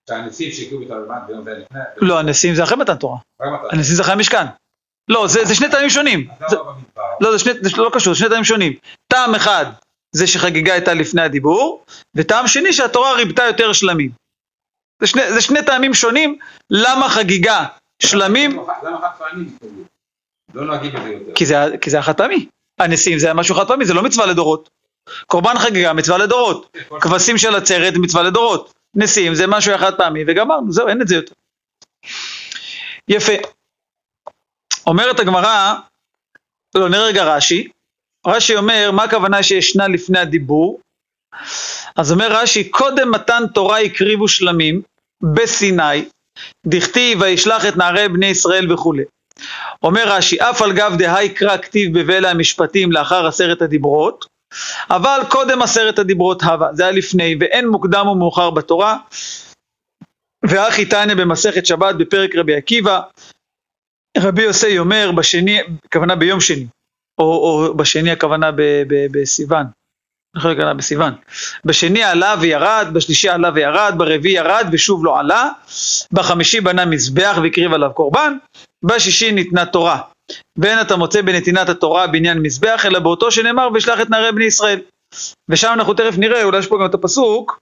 שהנשיאים שהגיעו בתור לבן ביום זה לפני... לא, הנשיאים זה אחרי מתן תורה. הנשיאים זה אחרי המשכן. לא, זה שני טעמים שונים. לא, זה לא קשור, זה שני טעמים שונים. טעם אחד זה שחגיגה הייתה לפני הדיבור, וטעם שני שהתורה ריבתה יותר שלמים. זה שני טעמים שונים, למה חגיגה שלמים? למה חד פעמים? לא נוהגים בזה יותר. כי זה החד פעמי. הנשיאים זה משהו חד פעמי, זה לא מצווה לדורות. קורבן חגיגה מצווה לדורות. כבשים של עצרת מצווה לדורות. נשיאים זה משהו אחד פעמי, וגמרנו, זהו, אין את זה יותר. יפה. אומרת הגמרא, לא נראה רגע רש"י אומר, מה הכוונה שישנה לפני הדיבור? אז אומר רש"י, קודם מתן תורה הקריבו שלמים בסיני, דכתיב וישלח את נערי בני ישראל וכו'. אומר רש"י, אף על גב דהי קרא כתיב בבלה המשפטים לאחר 10 הדיברות, אבל קודם 10 הדיברות הווה, זה היה לפני, ואין מוקדם ומאוחר בתורה, ואחי תניא במסכת שבת בפרק רבי עקיבא, רבי יוסי אומר בשני, הכוונה ביום שני, או בשני הכוונה בסיוון, נכון הכוונה בסיוון, בשני עלה וירד, בשלישי עלה וירד, ברביעי ירד ושוב לא עלה, בחמישי בנה מזבח והקריב עליו קורבן, בשישי ניתנה תורה, ואין אתה מוצא בנתינת התורה בעניין מזבח, אלא באותו שנאמר וישלח את נערי בני ישראל, ושם אנחנו תכף נראה, אולי יש פה גם את הפסוק,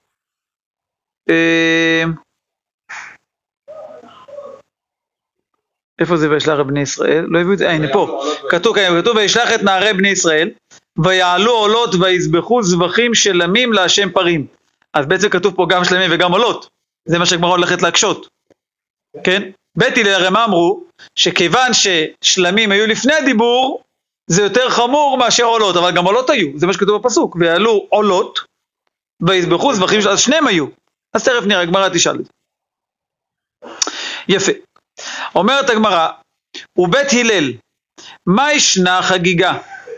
איפה זה וישלח את בני ישראל? לא הביאו את זה, הנה פה, כתוב וישלח את נערי בני ישראל, ויעלו עולות ויזבחו זבחים שלמים להשם פרים. אז בעצם כתוב פה גם שלמים וגם עולות, זה מה שהגמרא הולכת להקשות, כן? בית הלל הרי מה אמרו? שכיוון ששלמים היו לפני הדיבור, זה יותר חמור מאשר עולות, אבל גם עולות היו, זה מה שכתוב בפסוק, ויעלו עולות ויזבחו זבחים, אז שניהם היו, אז תכף נראה, הגמרא תשאל את זה. יפה. אומרת הגמרא, ובית הלל, מה ישנה חגיגה?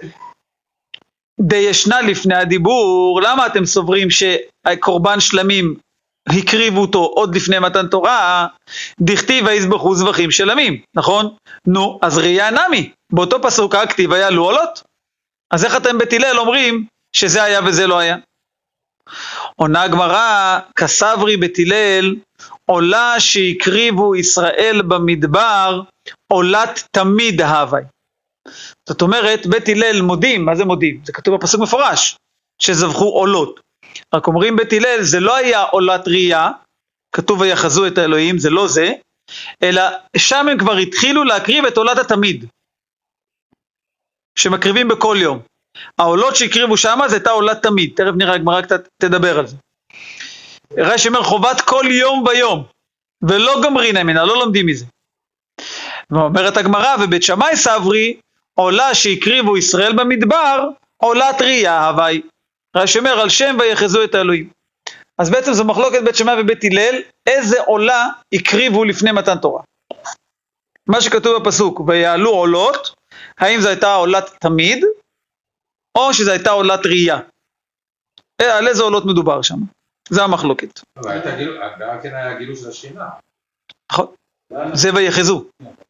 די ישנה לפני הדיבור, למה אתם סוברים שהקורבן שלמים הקריבו אותו עוד לפני מתן תורה? דכתיב ויזבחו זבחים שלמים, נכון? נו, אז ראיה נמי, באותו פסוק הכתיב ויעלו עולות. אז איך אתם בית הלל אומרים שזה היה וזה לא היה? עונה הגמרא, כסברי בית הלל, עולה שהקריבו ישראל במדבר, עולת תמיד הווי. זאת אומרת, בית הלל מודים, מה זה מודים? זה כתוב בפסוק מפורש, שזבחו עולות. רק אומרים בית הלל, זה לא היה עולת ראייה, כתוב ויחזו את האלוהים, זה לא זה, אלא שם הם כבר התחילו להקריב את עולת התמיד, שמקריבים בכל יום. העולות שהקריבו שם, זה הייתה עולת תמיד, תכף נראה, הגמרא קצת תדבר על זה. רש"י אומר חובת כל יום ביום, ולא גמרינא ממנה, לא לומדים מזה. ואומרת הגמרא, ובית שמאי סברי, עולה שהקריבו ישראל במדבר, עולת ראייה הווי. רש"י אומר על שם ויחזו את האלוהים. אז בעצם זו מחלוקת בית שמאי ובית הלל, איזה עולה הקריבו לפני מתן תורה. מה שכתוב בפסוק, ויעלו עולות, האם זו הייתה עולת תמיד, או שזו הייתה עולת ראייה. על איזה עולות מדובר שם? זה המחלוקת. אבל כן היה גילוי של השינה. נכון. זה ויחזו.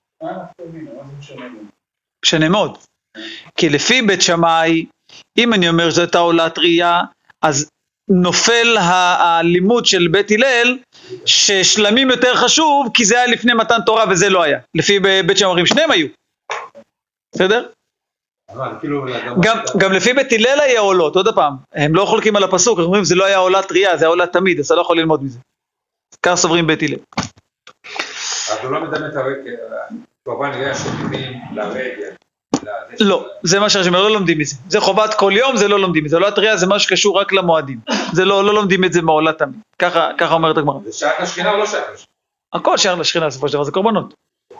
משנה מאוד. כי לפי בית שמאי, אם אני אומר שזו הייתה עולת ראייה, אז נופל הלימוד של בית הלל, ששלמים יותר חשוב, כי זה היה לפני מתן תורה וזה לא היה. לפי בית שמאי אומרים, שניהם היו. בסדר? גם לפי בית הלל היה עולות, עוד פעם, הם לא חולקים על הפסוק, הם אומרים זה לא היה עולת ראייה, זה היה עולת תמיד, אז אתה לא יכול ללמוד מזה. כך סוברים בית הלל. אז הוא לא מדמה את קורבן ראייה שומעים לרגל. לא, זה מה שאומר, לא לומדים מזה. זה חובת כל יום, זה לא לומדים מזה. עולת ראייה זה מה שקשור רק למועדים. זה לא לומדים את זה מעולת תמיד. ככה אומרת הגמרא. זה שייך לשכינה או לא שייך לשכינה? הכל שייך לשכינה, בסופו של דבר, זה קורבנות.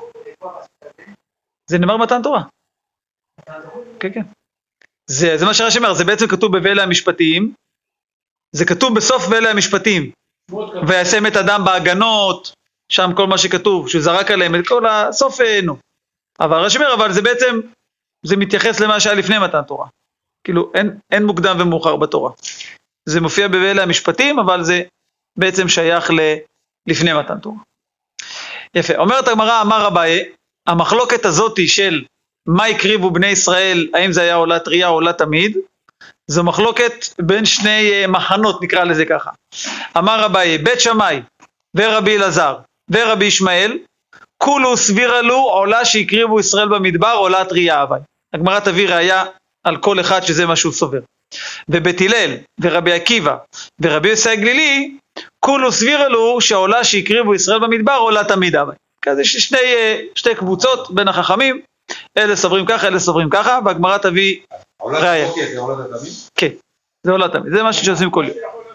זה נאמר מתן תורה. כן, כן. זה מה שרש"י אומר, זה בעצם כתוב בבלה המשפטיים, זה כתוב בסוף בלה המשפטים, וישם את אדם בהגנות, שם כל מה שכתוב, שהוא זרק עליהם את כל הסוף, נו. אבל רש"י אומר, אבל זה בעצם, זה מתייחס למה שהיה לפני מתן תורה. כאילו, אין מוקדם ומאוחר בתורה. זה מופיע בבלה המשפטים, אבל זה בעצם שייך לפני מתן תורה. יפה. אומרת הגמרא, אמר אביי, המחלוקת הזאת של מה הקריבו בני ישראל, האם זה היה עולת ראייה או עולת תמיד, זו מחלוקת בין שני מחנות, נקרא לזה ככה. אמר אביי, בית שמאי, ורבי אלעזר ורבי ישמעאל, כולו סבירה לו עולה שהקריבו ישראל במדבר עולת ראייה הווי. הגמרא תביא ראיה על כל אחד שזה מה שהוא סובר. ובית הלל ורבי עקיבא ורבי יוסי הגלילי, כולו סבירה לו שהעולה שהקריבו ישראל במדבר עולה תמיד הווי. אז יש שתי קבוצות בין החכמים, אלה סוברים ככה, אלה סוברים ככה, והגמרא תביא ראיה. זה עולת התמיד? כן, זה עולה תמיד, זה משהו שעושים כל יום.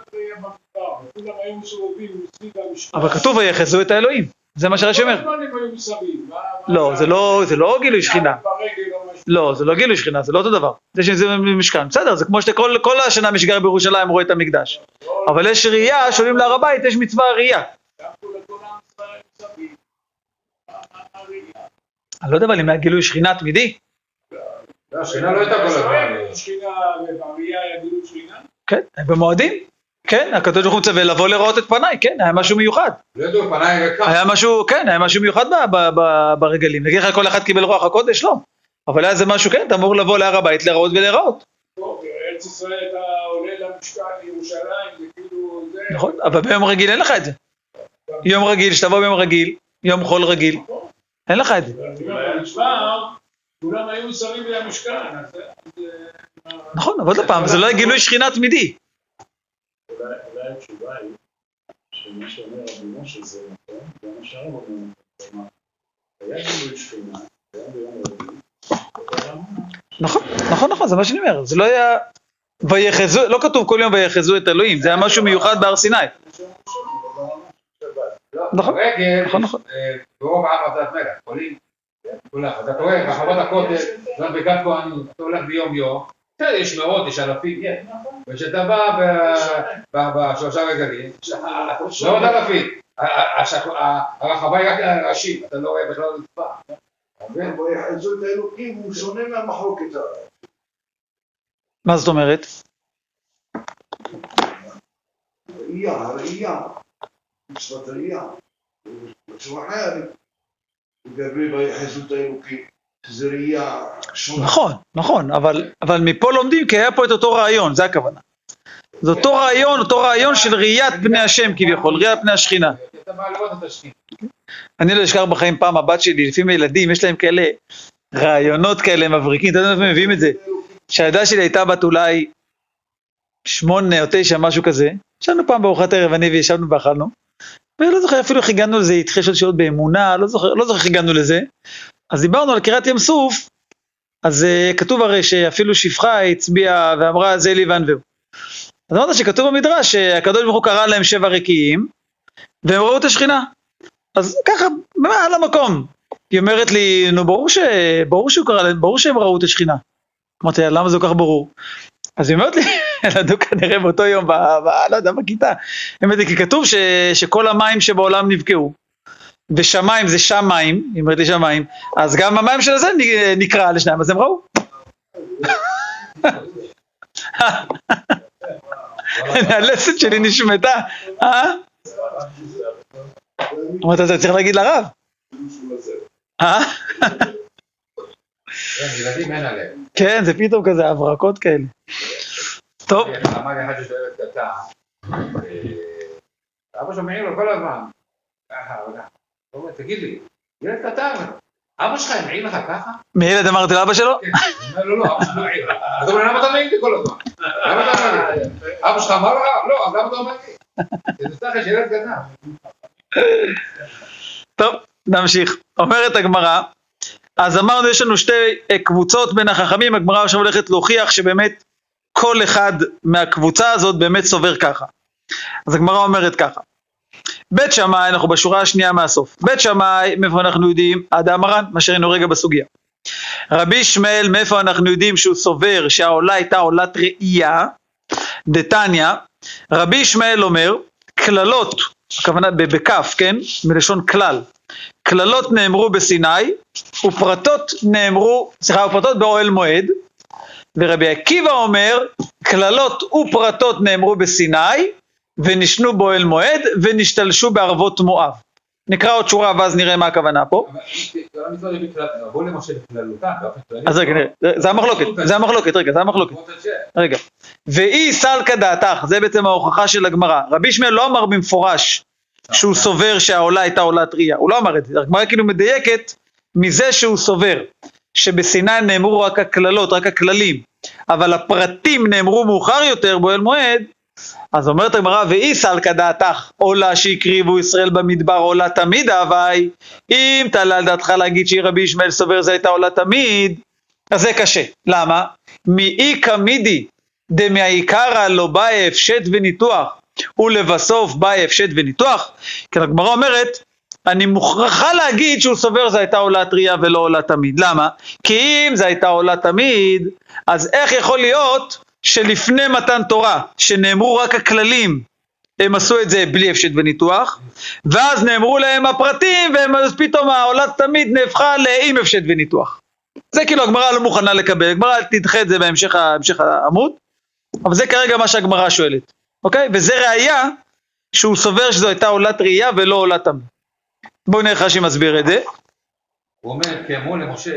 אבל כתוב ויחזו את האלוהים, זה מה שרש"י אומר. לא, זה לא גילוי שכינה. לא, זה לא גילוי שכינה, זה לא אותו דבר. זה שזה משכן, בסדר, זה כמו שכל השנה מי שגר בירושלים רואה את המקדש. אבל יש ראייה, שעולים להר הבית, יש מצווה ראייה. אני לא יודע אבל אם היה גילוי שכינה תמידי. השכינה לא הייתה כל הזמן. שכינה ובראייה היה גילוי שכינה? כן, במועדים. כן, הקדוש ברוך הוא מצווה לבוא לראות את פניי, כן, היה משהו מיוחד. לא ידעו, פניי וכך. היה משהו מיוחד ברגלים. נגיד לך כל אחד קיבל רוח הקודש? לא. אבל היה זה משהו, כן, אתה אמור לבוא להר הבית, לראות ולראות. ארץ ישראל אתה עולה למשכן לירושלים, זה כאילו זה... נכון, אבל ביום רגיל אין לך את זה. יום רגיל, שתבוא ביום רגיל, יום חול רגיל, אין לך את זה. כולם היו מסביב למשכן. נכון, אבל עוד פעם, זה לא גילוי שכינה תמידי. אולי התשובה היא שמה שאומר רבי משה זה נכון, גם השאר אומרים נכון. היה גילוי שכינה, היה ביום רגיל. נכון, זה מה שאני אומר. זה לא היה... ויחזו, לא כתוב כל יום ויחזו את אלוהים, זה היה משהו מיוחד בהר סיני. נכון. רגל, ברוב העם עבודת מלך, חולים, כולם. אתה רואה, בחוות הכותל, גם בגת כהנים, אתה הולך ביום יום, יש מאות, יש אלפים, וכשאתה בא בשלושה רגלים, מאות אלפים, הרחבה היא רק ראשית, אתה לא רואה בכלל לצפה. ויחזו את האלוקים, הוא שונה מהמחלוקת. מה זאת אומרת? הראייה, מצוות ראייה, בצורה אחרת, לגבי ויחזו את האלוקים, שזה ראייה שונה. נכון, אבל מפה לומדים כי היה פה את אותו רעיון, זה הכוונה. זה אותו רעיון של ראיית פני השם כביכול, ראיית פני השכינה. אתה בא לראות את השכינה. אני לא אשכח בחיים פעם, הבת שלי, לפעמים הילדים, יש להם כאלה רעיונות כאלה מבריקים, אתה יודע איפה מביאים את זה? שהילדה שלי הייתה בת אולי 8 או 9, משהו כזה, ישבנו פעם בארוחת ערב, אני וישבנו ואכלנו, ולא זוכר אפילו איך הגענו לזה, התחיל שאלות באמונה, לא זוכר איך הגענו לזה, אז דיברנו על קריאת ים סוף, אז כתוב הרי שאפילו שפחה הצביעה ואמרה זה לי וענווהו. אז אמרת שכתוב במדרש שהקדוש ברוך הוא קרא להם 7 רקיעים, והם ראו את השכינה. אז ככה, על המקום. היא אומרת לי, נו ברור שהוא קרא להם, ברור שהם ראו את השכינה. אמרתי, למה זה כל כך ברור? אז היא אומרת לי, ילדו כנראה באותו יום, לא יודע, בכיתה. היא אומרת לי, כי כתוב שכל המים שבעולם נבקעו. ושמיים זה שם מים, היא אומרת לי שמיים, אז גם המים של זה נקרא לשניים, אז הם ראו. הלסת שלי נשמתה, אמרת, אתה צריך להגיד לרב. ילדים אין עליהם. כן, זה פתאום כזה, הברקות כאלה. טוב. אמר לי אחד ששואל את קטן, אבא שומעים לו כל הזמן, ככה, תגיד לי, ילד קטן, אבא שלך מעיר לך ככה? מילד אמרתי לאבא שלו? כן, לא, אבא שלך לא מעיר. אז הוא אומר, למה אתה מעיר לי כל הזמן? למה אתה מעיר לי? אבא שלך אמר לך? לא, אז למה אתה מעיר לי? זה סתם יש ילד קטן. טוב, נמשיך. אומרת הגמרא, אז אמרנו יש לנו 2 קבוצות בין החכמים, הגמרא עכשיו הולכת להוכיח שבאמת כל אחד מהקבוצה הזאת באמת סובר ככה. אז הגמרא אומרת ככה, בית שמאי, אנחנו בשורה השנייה מהסוף, בית שמאי, מאיפה אנחנו יודעים? עד המרן, מה שראינו רגע בסוגיה. רבי ישמעאל, מאיפה אנחנו יודעים שהוא סובר שהעולה הייתה עולת ראייה? דתניא, רבי ישמעאל אומר, כללות, הכוונה בכף, כן? מלשון כלל, כללות נאמרו בסיני, ופרטות באוהל מועד, ורבי עקיבא אומר, כללות ופרטות נאמרו בסיני, ונשנו באוהל מועד, ונשתלשו בערבות מואב. נקרא עוד שורה, ואז נראה מה הכוונה פה. בוא למשה בכללותה. אז רגע, זה המחלוקת, רגע. ואי סלקא דעתך, זה בעצם ההוכחה של הגמרא. רבי ישמעאל לא אמר במפורש, שהוא סובר שהעולה הייתה עולת ראייה, הוא לא אמר את זה, הגמרא כאילו מדייקת מזה שהוא סובר שבסיני נאמרו רק הכללות, רק הכללים, אבל הפרטים נאמרו מאוחר יותר באוהל מועד, אז אומרת הגמרא, ואיסא על כדעתך עולה שהקריבו ישראל במדבר עולה תמיד הווי, אם תעלה על דעתך להגיד שהיא רבי ישמעאל סובר זה הייתה עולה תמיד, אז זה קשה. למה? מאי קמידי דמהעיקרא לא באי הפשט וניתוח, ולבסוף באי הפשט וניתוח, כי הגמרא אומרת, אני מוכרחה להגיד שהוא סובר זה הייתה עולת ראייה ולא עולה תמיד. למה? כי אם זה הייתה עולה תמיד, אז איך יכול להיות שלפני מתן תורה, שנאמרו רק הכללים, הם עשו את זה בלי הפשט וניתוח, ואז נאמרו להם הפרטים, ואז פתאום העולת תמיד נהפכה עם הפשט וניתוח. זה כאילו הגמרא לא מוכנה לקבל, הגמרא תדחה את זה בהמשך העמוד, אבל זה כרגע מה שהגמרא שואלת, אוקיי? וזה ראיה שהוא סובר שזו הייתה עולת ראייה ולא עולת תמיד. בואו נראה רש"י מסביר את זה. הוא אומר, כי אמרו למשה,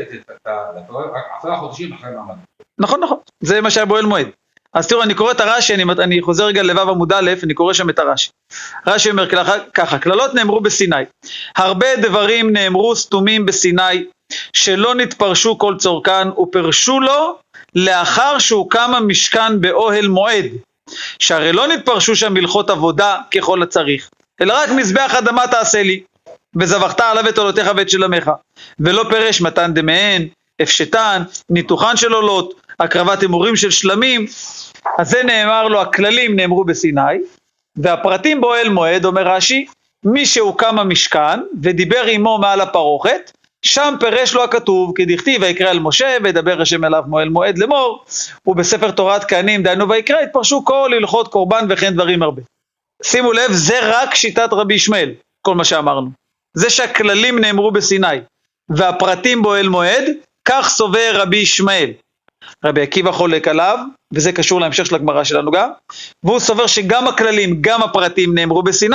רק 10 חודשים אחרי מעמד. נכון, זה מה שהיה באוהל מועד. אז תראו, אני קורא את הרש"י, אני חוזר רגע לבב עמוד א', אני קורא שם את הרש"י. רש"י אומר ככה, כללות נאמרו בסיני, הרבה דברים נאמרו סתומים בסיני, שלא נתפרשו כל צורכן, ופרשו לו לאחר שהוקם המשכן באוהל מועד, שהרי לא נתפרשו שם מלכות עבודה ככל הצריך, אלא רק מזבח אדמה תעשה לי, וזבחת עליו את עולותיך ואת שלמך, ולא פרש מתן דמיהן, הפשטן, ניתוחן של עולות, הקרבת אמורים של שלמים. אז זה נאמר לו, הכללים נאמרו בסיני, והפרטים באוהל מועד, אומר רש"י, מי שהוקם המשכן ודיבר עמו מעל הפרוכת, שם פרש לו הכתוב, כי דכתיב ויקרא אל משה וידבר השם אליו מאוהל מועד לאמור, ובספר תורת כהנים דהיינו ויקרא התפרשו כל הלכות קורבן וכן דברים הרבה. שימו לב, זה רק שיטת רבי ישמעאל, כל מה שאמרנו. זה שהכללים נאמרו בסיני, והפרטים באוהל מועד, כך סובר רבי ישמעאל. רבי עקיבא חולק עליו, וזה קשור להמשך של הגמרא שלנו גם, והוא סובר שגם הכללים, גם הפרטים נאמרו בסיני,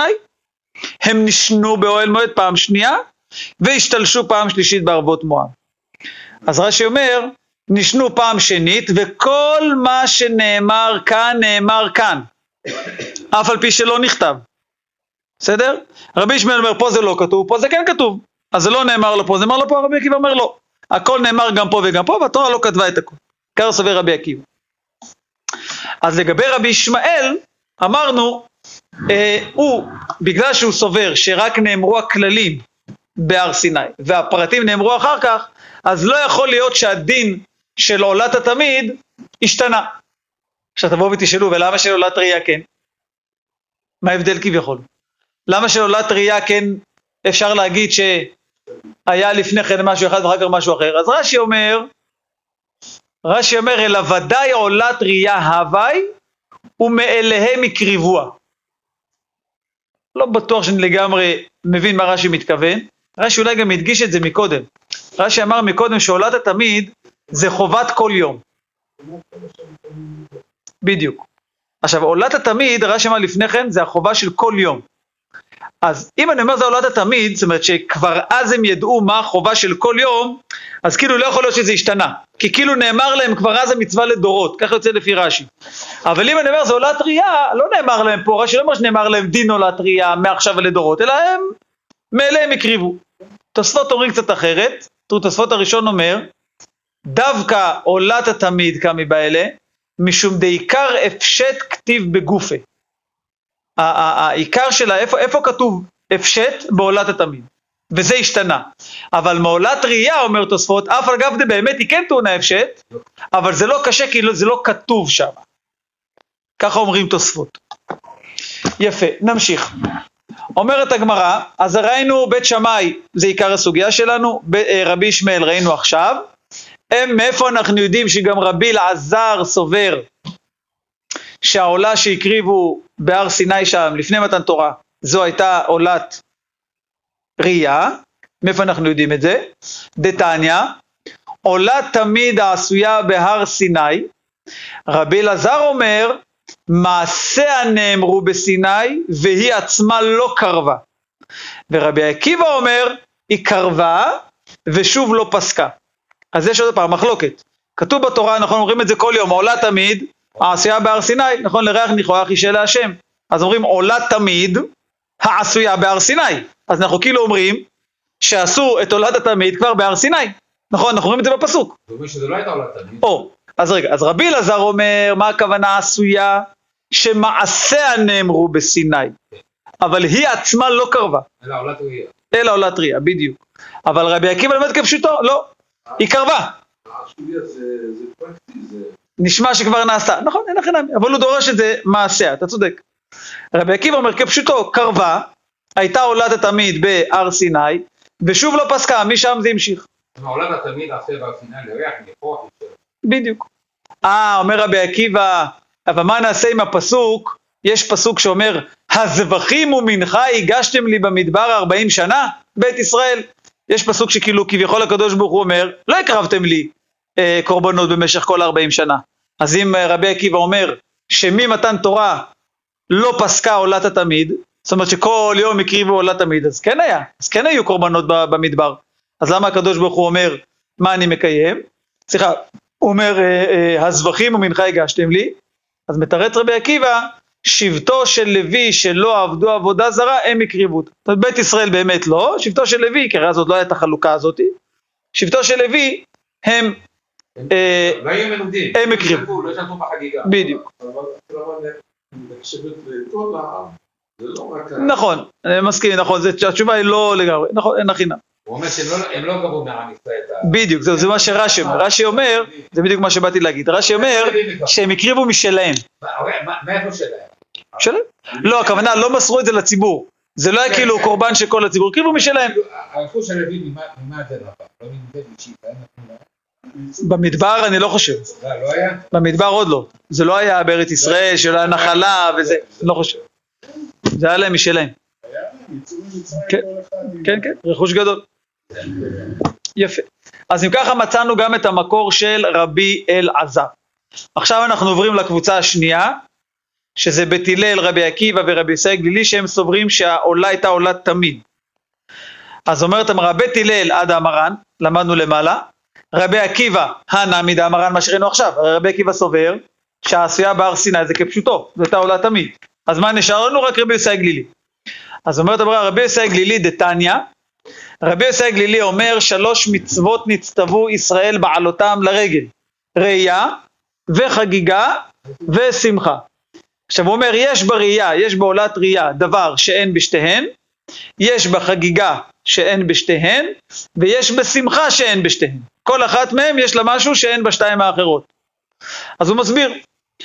הם נשנו באוהל מועד פעם שנייה, והשתלשו פעם שלישית בערבות מואב. אז רש"י אומר, נשנו פעם שנית, וכל מה שנאמר כאן, נאמר כאן, אף על פי שלא נכתב. בסדר? רבי ישמעאל אומר, פה זה לא כתוב, פה זה כן כתוב. אז זה לא נאמר לו פה, זה נאמר לו פה, רבי עקיבא אומר לא. הכל נאמר גם פה וגם פה, והתורה לא כתבה את הכל. כך סובר רבי עקיבא. אז לגבי רבי ישמעאל, אמרנו, בגלל שהוא סובר שרק נאמרו הכללים בהר סיני, והפרטים נאמרו אחר כך, אז לא יכול להיות שהדין של עולת התמיד השתנה. עכשיו תבואו ותשאלו, ולמה של עולת ראייה כן? מה ההבדל כביכול? למה של עולת ראייה כן אפשר להגיד שהיה לפני כן משהו אחד ואחר כך משהו אחר? אז רש"י אומר, אלא ודאי עולת ראייה הווי, ומאליהם יקריבוה. לא בטוח שאני לגמרי מבין מה רש"י מתכוון. רש"י אולי גם הדגיש את זה מקודם. רש"י אמר מקודם שעולת התמיד זה חובת כל יום. בדיוק. עכשיו, עולת התמיד, רש"י אמר לפני כן, זה החובה של כל יום. אז אם אני אומר זה עולת התמיד, זאת אומרת שכבר אז הם ידעו מה החובה של כל יום, אז כאילו לא יכול להיות שזה השתנה. כי כאילו נאמר להם כבר אז המצווה לדורות, כך יוצא לפי רש"י. אבל אם אני אומר זה עולת ראייה, לא נאמר להם פה, רש"י לא אומר שנאמר להם דין עולת ראייה מעכשיו לדורות, אלא הם מאליהם יקריבו. תוספות אומרים קצת אחרת, תוספות הראשון אומר, דווקא עולת התמיד כמי באלה, משום דעיקר הפשט כתיב בגופה. העיקר שלה, איפה כתוב הפשט? בעולת התמיד. וזה השתנה. אבל מעולת ראייה, אומר תוספות, אף על גב באמת היא כן טעונה הפשט, אבל זה לא קשה כי זה לא כתוב שם. ככה אומרים תוספות. יפה, נמשיך. אומרת הגמרא, אז ראינו בית שמאי, זה עיקר הסוגיה שלנו, רבי ישמעאל ראינו עכשיו, מאיפה אנחנו יודעים שגם רבי אלעזר סובר שהעולה שהקריבו בהר סיני שם לפני מתן תורה, זו הייתה עולת ראייה. מאיפה אנחנו יודעים את זה? דתניא, עולה תמיד העשויה בהר סיני, רבי אלעזר אומר, מעשיה נאמרו בסיני והיא עצמה לא קרבה. ורבי עקיבא אומר, היא קרבה ושוב לא פסקה. אז יש עוד פעם מחלוקת. כתוב בתורה, אנחנו אומרים את זה כל יום, עולה תמיד, העשייה בהר סיני, נכון, לריח ניחוח אישה להשם. אז אומרים עולה תמיד, העשויה בהר סיני. אז אנחנו כאילו אומרים שעשו את עולת התמיד כבר בהר סיני. נכון, אנחנו רואים את זה בפסוק. זאת אומרת שזה לא הייתה עולת תמיד. אז רגע, אז רבי אלעזר אומר, מה הכוונה עשויה? שמעשיה נאמרו בסיני, אבל היא עצמה לא קרבה. אלא עולת ראייה. אלא עולת ראייה, בדיוק. אבל רבי עקיבא למד כפשוטו, לא, היא קרבה. העשויה זה פרקטי, זה... נשמע שכבר נעשתה, נכון, אין הכי נמי, אבל הוא דורש את זה מעשיה, אתה צודק. רבי עקיבא אומר כפשוטו, קרבה, הייתה עולת התמיד בהר סיני, ושוב לא פסקה, משם זה המשיך. עולת התמיד עשה בהר סיני לריח מפרוח. בדיוק. אומר רבי עקיבא, אבל מה נעשה עם הפסוק? יש פסוק שאומר, הזבחים ומנחה הגשתם לי במדבר 40 שנה, בית ישראל. יש פסוק שכאילו כביכול הקדוש ברוך הוא אומר, לא הקרבתם לי קורבנות במשך כל 40 שנה. אז אם רבי עקיבא אומר, שממתן תורה לא פסקה עולת התמיד, זאת אומרת שכל יום הקריבו עולת תמיד, אז כן היה, אז כן היו קורבנות במדבר. אז למה הקדוש ברוך הוא אומר, מה אני מקיים? סליחה, הוא אומר, הזבחים ומנחה הגשתם לי, אז מתרץ רבי עקיבא, שבטו של לוי שלא עבדו עבודה זרה, הם הקריבו. זאת אומרת, בית ישראל באמת לא, שבטו של לוי, כי הרי הזאת לא הייתה החלוקה הזאת, שבטו של לוי, הם לא היו מנודים. הם הקריבו. לא השתתפו בחגיגה. בדיוק. אבל נחשבת לכל העם, זה לא רק... נכון, אני מסכים, נכון, התשובה היא לא לגמרי, נכון, אין הכי נמי. הוא אומר שהם לא גבו מעם ישראל. בדיוק, זה מה שרש"י אומר. רש"י אומר, זה בדיוק מה שבאתי להגיד, רש"י אומר שהם הקריבו משלהם. מאיפה שלהם? שלהם? לא, הכוונה, לא מסרו את זה לציבור. זה לא היה כאילו קורבן של כל הציבור, הקריבו משלהם. הרכוש של לוי, ממה זה נפל? לא מנבד אישית, אין נתונה. במדבר אני לא חושב. לא היה? במדבר עוד לא. זה לא היה בארץ ישראל, של הנחלה וזה, לא חושב. זה היה להם משלהם. היה להם, יצאו ממצרים כן. כל אחד. כן, כן, רכוש גדול. יפה. אז אם ככה מצאנו גם את המקור של רבי אלעזר. עכשיו אנחנו עוברים לקבוצה השנייה, שזה בית הלל, רבי עקיבא ורבי יוסי גלילי, שהם סוברים שהעולה הייתה עולת תמיד. אז אומרת אמרה, בית הלל עד המרן, למדנו למעלה, רבי עקיבא הנמי דאמרן, מה שראינו עכשיו, רבי עקיבא סובר שהעשויה בהר סיני זה כפשוטו, זו הייתה עולת תמיד. אז מה נשאר לנו? רק רבי יוסי גלילי. אז אומרת אמרה, רבי יוסי גלילי דתניא, רבי יוסי גלילי אומר 3 מצוות נצטוו ישראל בעלותם לרגל, ראייה וחגיגה ושמחה. עכשיו הוא אומר, יש בראייה, יש בעולת ראייה דבר שאין בשתיהן, יש בחגיגה שאין בשתיהן, ויש בשמחה שאין בשתיהן. כל אחת מהם יש לה משהו שאין בשתיים האחרות. אז הוא מסביר,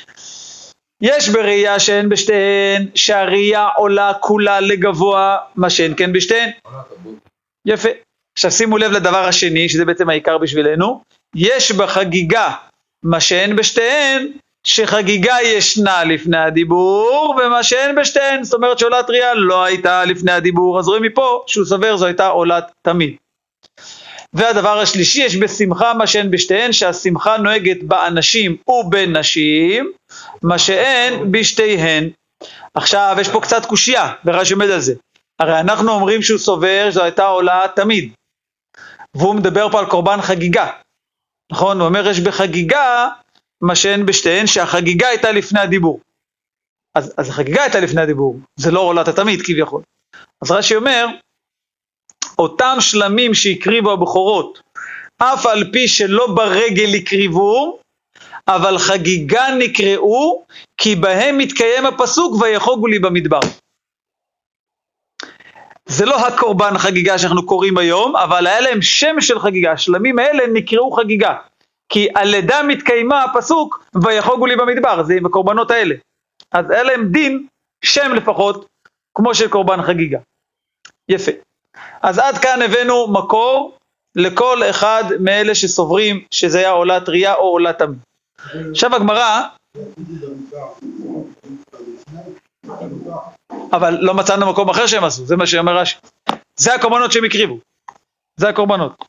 יש בראייה שאין בשתיהן, שהראייה עולה כולה לגבוה, מה שאין כן בשתיהן. יפה. עכשיו שימו לב לדבר השני, שזה בעצם העיקר בשבילנו, יש בחגיגה מה שאין בשתיהן, שחגיגה ישנה לפני הדיבור, ומה שאין בשתיהן, זאת אומרת שעולת ראייה לא הייתה לפני הדיבור, אז רואים מפה שהוא סובר זו הייתה עולת תמיד. והדבר השלישי, יש בשמחה מה שאין בשתיהן, שהשמחה נוהגת באנשים ובנשים, מה שאין בשתיהן. עכשיו יש פה קצת קושיה, ורש"י עומד על זה. הרי אנחנו אומרים שהוא סובר שזו הייתה עולה תמיד, והוא מדבר פה על קורבן חגיגה, נכון? הוא אומר יש בחגיגה מה שאין בשתיהן, שהחגיגה הייתה לפני הדיבור. אז החגיגה הייתה לפני הדיבור, זה לא עולת התמיד כביכול. אז רש"י אומר, אותם שלמים שהקריבו הבכורות, אף על פי שלא ברגל הקריבו, אבל חגיגה נקראו, כי בהם מתקיים הפסוק ויחוגו לי במדבר. זה לא הקורבן חגיגה שאנחנו קוראים היום, אבל היה להם שם של חגיגה, השלמים האלה נקראו חגיגה. כי על ידם מתקיימה הפסוק ויחוגו לי במדבר, זה עם הקורבנות האלה. אז היה להם דין, שם לפחות, כמו של קורבן חגיגה. יפה. אז עד כאן הבאנו מקור לכל אחד מאלה שסוברים שזה היה עולת ראייה או עולת תמיד. עכשיו הגמרא, אבל לא מצאנו מקום אחר שהם עשו, זה מה שאומר רש"י. זה הקורבנות שהם הקריבו. זה הקורבנות.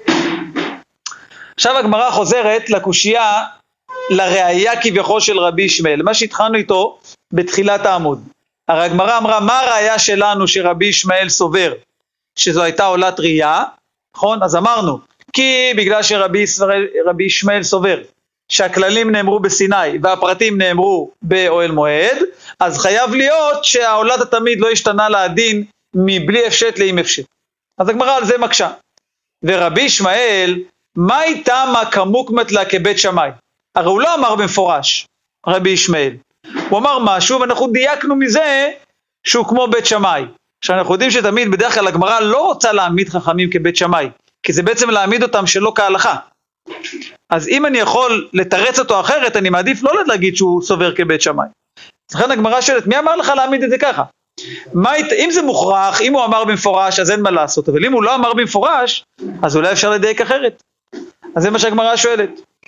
עכשיו הגמרא חוזרת לקושייה, לראייה כביכול של רבי ישמעאל, מה שהתחלנו איתו בתחילת העמוד. הרי הגמרא אמרה, מה הראייה שלנו שרבי ישמעאל סובר שזו הייתה עולת ראייה, נכון? אז אמרנו, כי בגלל שרבי ישמעאל סובר שהכללים נאמרו בסיני והפרטים נאמרו באוהל מועד, אז חייב להיות שהעולת התמיד לא השתנה לדין מבלי הפשט לעם הפשט. אז הגמרא על זה מקשה. ורבי ישמעאל, מה איתמה כמוקמת לה כבית שמאי? הרי הוא לא אמר במפורש, רבי ישמעאל. הוא אמר משהו ואנחנו דייקנו מזה שהוא כמו בית שמאי. עכשיו אנחנו יודעים שתמיד בדרך כלל הגמרא לא רוצה להעמיד חכמים כבית שמאי, כי זה בעצם להעמיד אותם שלא כהלכה. אז אם אני יכול לתרץ אותו אחרת, אני מעדיף לא להגיד שהוא סובר כבית שמאי. לכן הגמרא שואלת, מי אמר לך להעמיד את זה ככה? אם זה מוכרח, אם הוא אמר במפורש, אז אין מה לעשות, אבל אם הוא לא אמר במפורש, אז אולי אפשר לדייק אחרת. אז זה מה שהגמרא שואלת.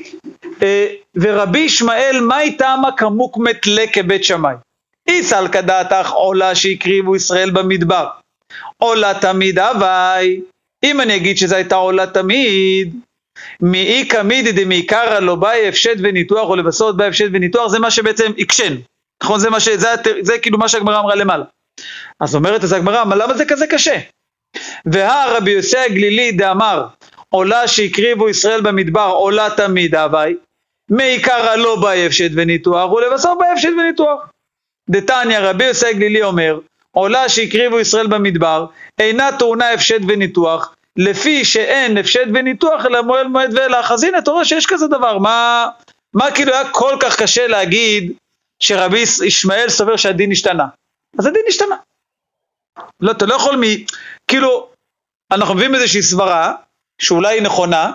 ורבי ישמעאל, מה איתמה כמוקמת לה כבית שמאי? איסל כדעתך עולה שהקריבו ישראל במדבר, עולה תמיד הווי. אם אני אגיד שזה הייתה עולה תמיד, מאי כמידי דמעיקרא לא באי הפשט וניתוח, או לבסות באי הפשט וניתוח, זה מה שבעצם יקשן. נכון? זה כאילו מה שהגמרא אמרה למעלה. אז אומרת אז הגמרא, אבל למה זה כזה קשה? רבי יוסי הגלילי דאמר, עולה שהקריבו ישראל במדבר, עולה תמיד הווי, מעיקרא לא באי הפשט וניתוח, ולבסוף באי הפשט וניתוח. דתניא רבי יוסי הגלילי אומר, עולה שהקריבו ישראל במדבר, אינה טעונה הפשט וניתוח, לפי שאין הפשט וניתוח אלא מועל מועד ואילך. אז הנה, אתה רואה שיש כזה דבר. מה כאילו היה כל כך קשה להגיד שרבי ישמעאל סובר שהדין השתנה? אז הדין השתנה. לא, אתה לא יכול כאילו, אנחנו מביאים איזושהי סברה, שאולי היא נכונה,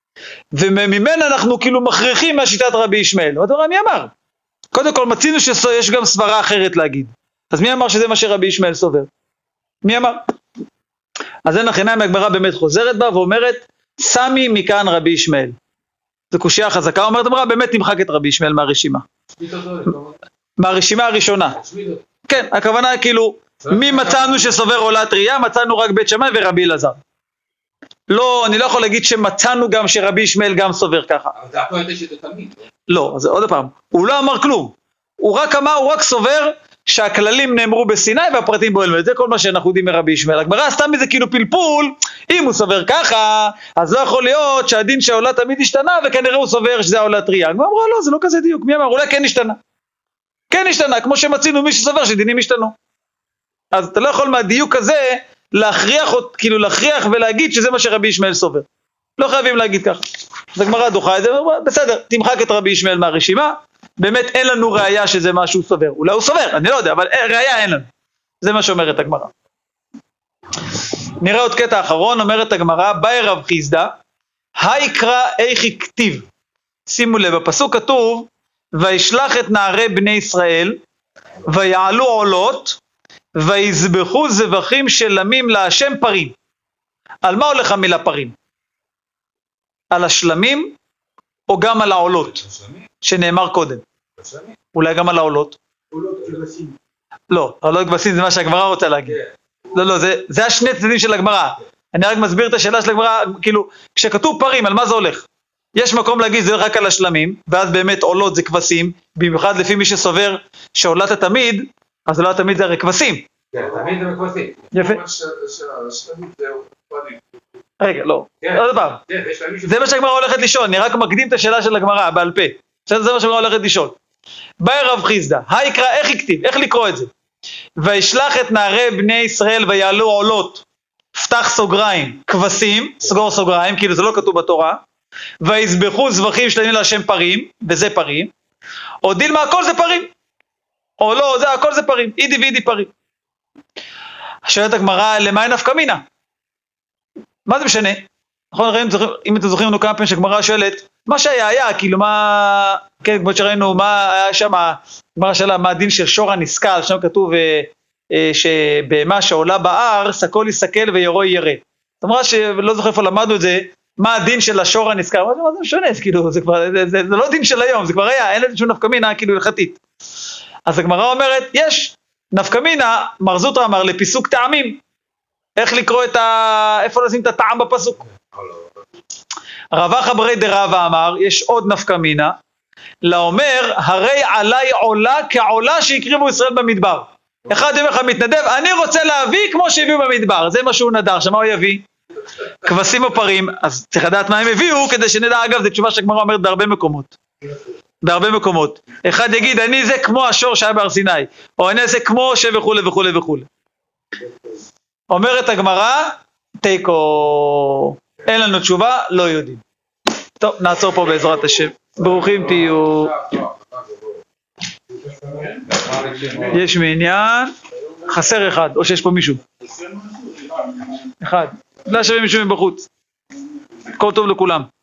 וממנה אנחנו כאילו מכריחים מהשיטת רבי ישמעאל. ואתה אומר, מי אמר? קודם כל מצינו שיש גם סברה אחרת להגיד. אז מי אמר שזה מה שרבי ישמעאל סובר? מי אמר? אז אין הכינה מהגמרא באמת חוזרת בה ואומרת, סמי מכאן רבי ישמעאל. זו קושיה חזקה, אומרת הגמרא, באמת נמחק את רבי ישמעאל מהרשימה. מהרשימה הראשונה. כן, הכוונה כאילו, מי מצאנו שסובר עולת ראייה, מצאנו רק בית שמאי ורבי אלעזר. לא, אני לא יכול להגיד שמצאנו גם שרבי ישמעאל גם סובר ככה. אבל זה הכל יותר שזה תמיד. לא, אז עוד פעם, הוא לא אמר כלום. הוא רק סובר שהכללים נאמרו בסיני והפרטים באוהל מועד. זה כל מה שאנחנו יודעים מרבי ישמעאל. הגמרא עשתה מזה כאילו פלפול, אם הוא סובר ככה, אז לא יכול להיות שהדין שהעולה תמיד השתנה, וכנראה הוא סובר שזה העולת ראייה. הוא אמר, לא, זה לא כזה דיוק. מי אמר? אולי כן השתנה. כן השתנה, כמו שמצינו מי שסובר שדינים השתנו. אז אתה לא יכול מהדיוק הזה להכריח ולהגיד שזה מה שרבי ישמעאל סובר. לא חייבים להגיד ככה. אז הגמרא דוחה את זה, בסדר, תמחק את רבי ישמעאל מהרשימה, באמת אין לנו ראייה שזה מה שהוא סובר. אולי הוא סובר, אני לא יודע, אבל ראייה אין לנו. זה מה שאומרת הגמרא. נראה עוד קטע אחרון, אומרת הגמרא, באי רב חיסדא, היקרא איך הכתיב. שימו לב, בפסוק כתוב, וישלח את נערי בני ישראל, ויעלו עולות, ויזבחו זבחים שלמים להשם פרים. על מה הולך המילה פרים? על השלמים או גם על העולות שנאמר קודם? אולי גם על העולות? לא, העולות כבשים זה מה שהגמרא רוצה להגיד. לא, זה השני צדדים של הגמרא. אני רק מסביר את השאלה של הגמרא, כאילו, כשכתוב פרים, על מה זה הולך? יש מקום להגיד זה רק על השלמים, ואז באמת עולות זה כבשים, במיוחד לפי מי שסובר שעולת התמיד, אז עולת התמיד זה הרי כבשים. כן, תמיד זה בכבשים. יפה. רגע, לא. עוד פעם. זה מה שהגמרא הולכת לשאול, אני רק מקדים את השאלה של הגמרא בעל פה. זה מה שהגמרא הולכת לשאול. באי רב חיסדא, היקרא איך הכתיב, איך לקרוא את זה? וישלח את נערי בני ישראל ויעלו עולות, פתח סוגריים, כבשים, סגור סוגריים, כאילו זה לא כתוב בתורה, ויזבחו זבחים שלמים להשם פרים, וזה פרים, או דילמה הכל זה פרים, או לא, זה הכל זה פרים, אידי ואידי פרים. שואלת הגמרא, למה אין נפקא מינה? מה זה משנה? נכון, אם אתם זוכרים לנו כמה פעמים שהגמרא שואלת, מה שהיה, כאילו מה, כן, כמו שראינו, מה היה שם, הגמרא שאלה, מה הדין של שור הנסקל, שם כתוב שבהמה שעולה בארץ, הכל יסתכל וירוא ירא. זאת אומרת שלא זוכר איפה למדנו את זה, מה הדין של השור הנסקל, מה זה משנה, כאילו, זה לא דין של היום, זה כבר היה, אין לזה שום נפקא מינה, כאילו הלכתית. אז הגמרא אומרת, יש נפקא מינה, מר זוטרא אמר לפיסוק טעמים, איך לקרוא איפה לשים את הטעם בפסוק. רב אחא ברי דרבא אמר, יש עוד נפקא מינה, לאומר, הרי עלי עולה כעולה שהקריבו ישראל במדבר. אחד יום אחד מתנדב, אני רוצה להביא כמו שהביאו במדבר, זה מה שהוא נדר, שמה הוא יביא? כבשים או פרים, אז צריך לדעת מה הם הביאו, כדי שנדע, אגב, זו תשובה שהגמרא אומרת בהרבה מקומות. בהרבה מקומות. אחד יגיד, אני זה כמו השור שהיה בהר סיני, או אני זה כמו וכולי וכולי וכולי. אומרת הגמרא, תיקו, אין לנו תשובה, לא יודעים. טוב, נעצור פה בעזרת השם. ברוכים תהיו. יש מעניין, חסר אחד, או שיש פה מישהו. אחד. לא שווה מישהו מבחוץ. כל טוב לכולם.